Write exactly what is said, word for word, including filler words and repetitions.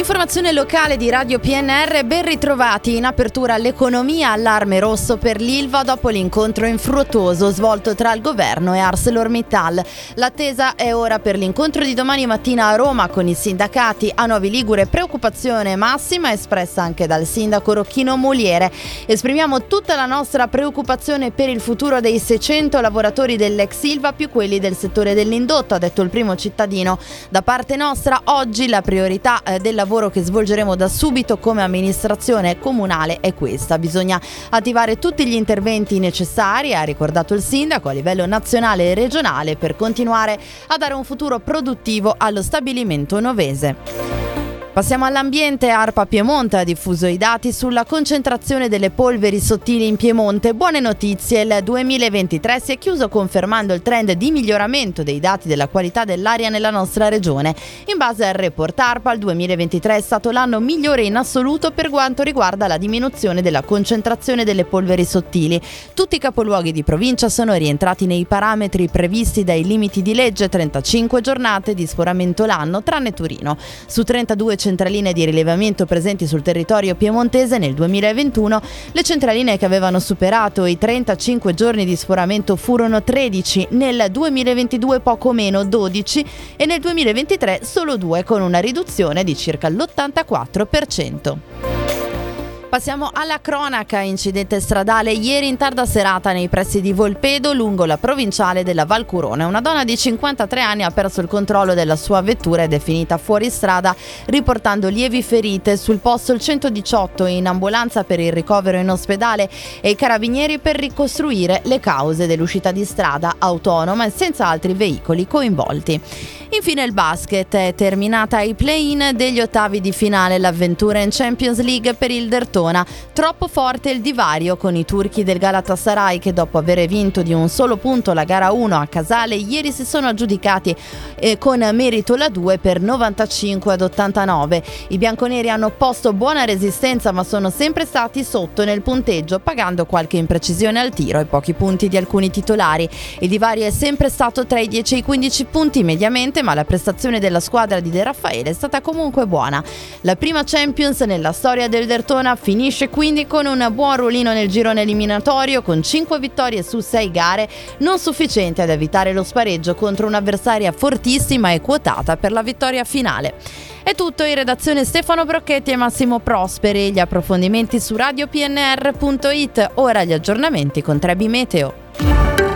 Un'informazione locale di Radio P N R, ben ritrovati in apertura all'economia, allarme rosso per l'Ilva dopo l'incontro infruttuoso svolto tra il governo e ArcelorMittal. L'attesa è ora per l'incontro di domani mattina a Roma con i sindacati. A Novi Ligure preoccupazione massima espressa anche dal sindaco Rocchino Moliere. Esprimiamo tutta la nostra preoccupazione per il futuro dei seicento lavoratori dell'ex Ilva più quelli del settore dell'indotto, ha detto il primo cittadino. Da parte nostra oggi la priorità eh, del lavoro che svolgeremo da subito come amministrazione comunale è questa: bisogna attivare tutti gli interventi necessari, ha ricordato il sindaco, a livello nazionale e regionale per continuare a dare un futuro produttivo allo stabilimento novese. Passiamo all'ambiente. ARPA Piemonte ha diffuso i dati sulla concentrazione delle polveri sottili in Piemonte. Buone notizie, il duemilaventitré si è chiuso confermando il trend di miglioramento dei dati della qualità dell'aria nella nostra regione. In base al report ARPA, il duemilaventitré è stato l'anno migliore in assoluto per quanto riguarda la diminuzione della concentrazione delle polveri sottili. Tutti i capoluoghi di provincia sono rientrati nei parametri previsti dai limiti di legge, trentacinque giornate di sforamento l'anno, tranne Torino. Su trentadue centraline di rilevamento presenti sul territorio piemontese nel duemilaventuno, le centraline che avevano superato i trentacinque giorni di sforamento furono tredici, nel duemilaventidue poco meno dodici e nel duemilaventitré solo due, con una riduzione di circa l'ottantaquattro per cento. Passiamo alla cronaca. Incidente stradale ieri in tarda serata nei pressi di Volpedo, lungo la provinciale della Valcurone. Una donna di cinquantatré anni ha perso il controllo della sua vettura ed è finita fuori strada, riportando lievi ferite. Sul posto il centodiciotto in ambulanza per il ricovero in ospedale e i carabinieri per ricostruire le cause dell'uscita di strada autonoma e senza altri veicoli coinvolti. Infine il basket. È terminata ai play-in degli ottavi di finale l'avventura in Champions League per il Derthona. Troppo forte il divario con i turchi del Galatasaray che, dopo aver vinto di un solo punto la gara uno a Casale, ieri si sono aggiudicati eh, con merito la due per novantacinque ad ottantanove. I bianconeri hanno posto buona resistenza ma sono sempre stati sotto nel punteggio, pagando qualche imprecisione al tiro e pochi punti di alcuni titolari. Il divario è sempre stato tra i dieci e i quindici punti mediamente, ma la prestazione della squadra di De Raffaele è stata comunque buona. La prima Champions nella storia del Derthona finisce quindi con un buon ruolino nel girone eliminatorio, con cinque vittorie su sei gare, non sufficiente ad evitare lo spareggio contro un'avversaria fortissima e quotata per la vittoria finale. È tutto. In redazione Stefano Brocchetti e Massimo Prosperi. Gli approfondimenti su radio p n r punto it. Ora gli aggiornamenti con Trebi Meteo.